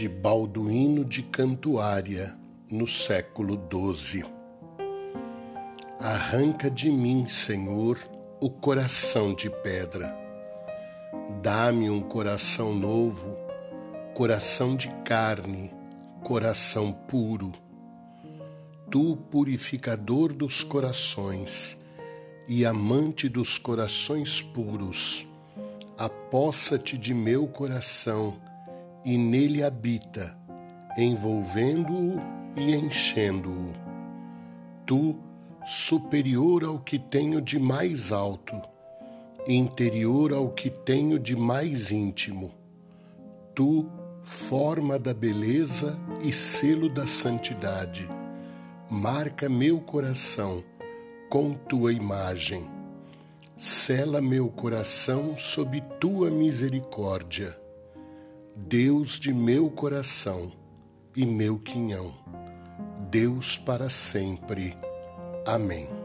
de Balduíno de Cantuária, no século XII. Arranca de mim, Senhor, o coração de pedra. Dá-me um coração novo, coração de carne, coração puro. Tu, purificador dos corações e amante dos corações puros, apossa-te de meu coração e nele habita, envolvendo-o e enchendo-o. Tu, superior ao que tenho de mais alto, interior ao que tenho de mais íntimo. Tu, forma da beleza e selo da santidade, marca meu coração com tua imagem. Sela meu coração sob tua misericórdia. Deus de meu coração e meu quinhão, Deus para sempre. Amém.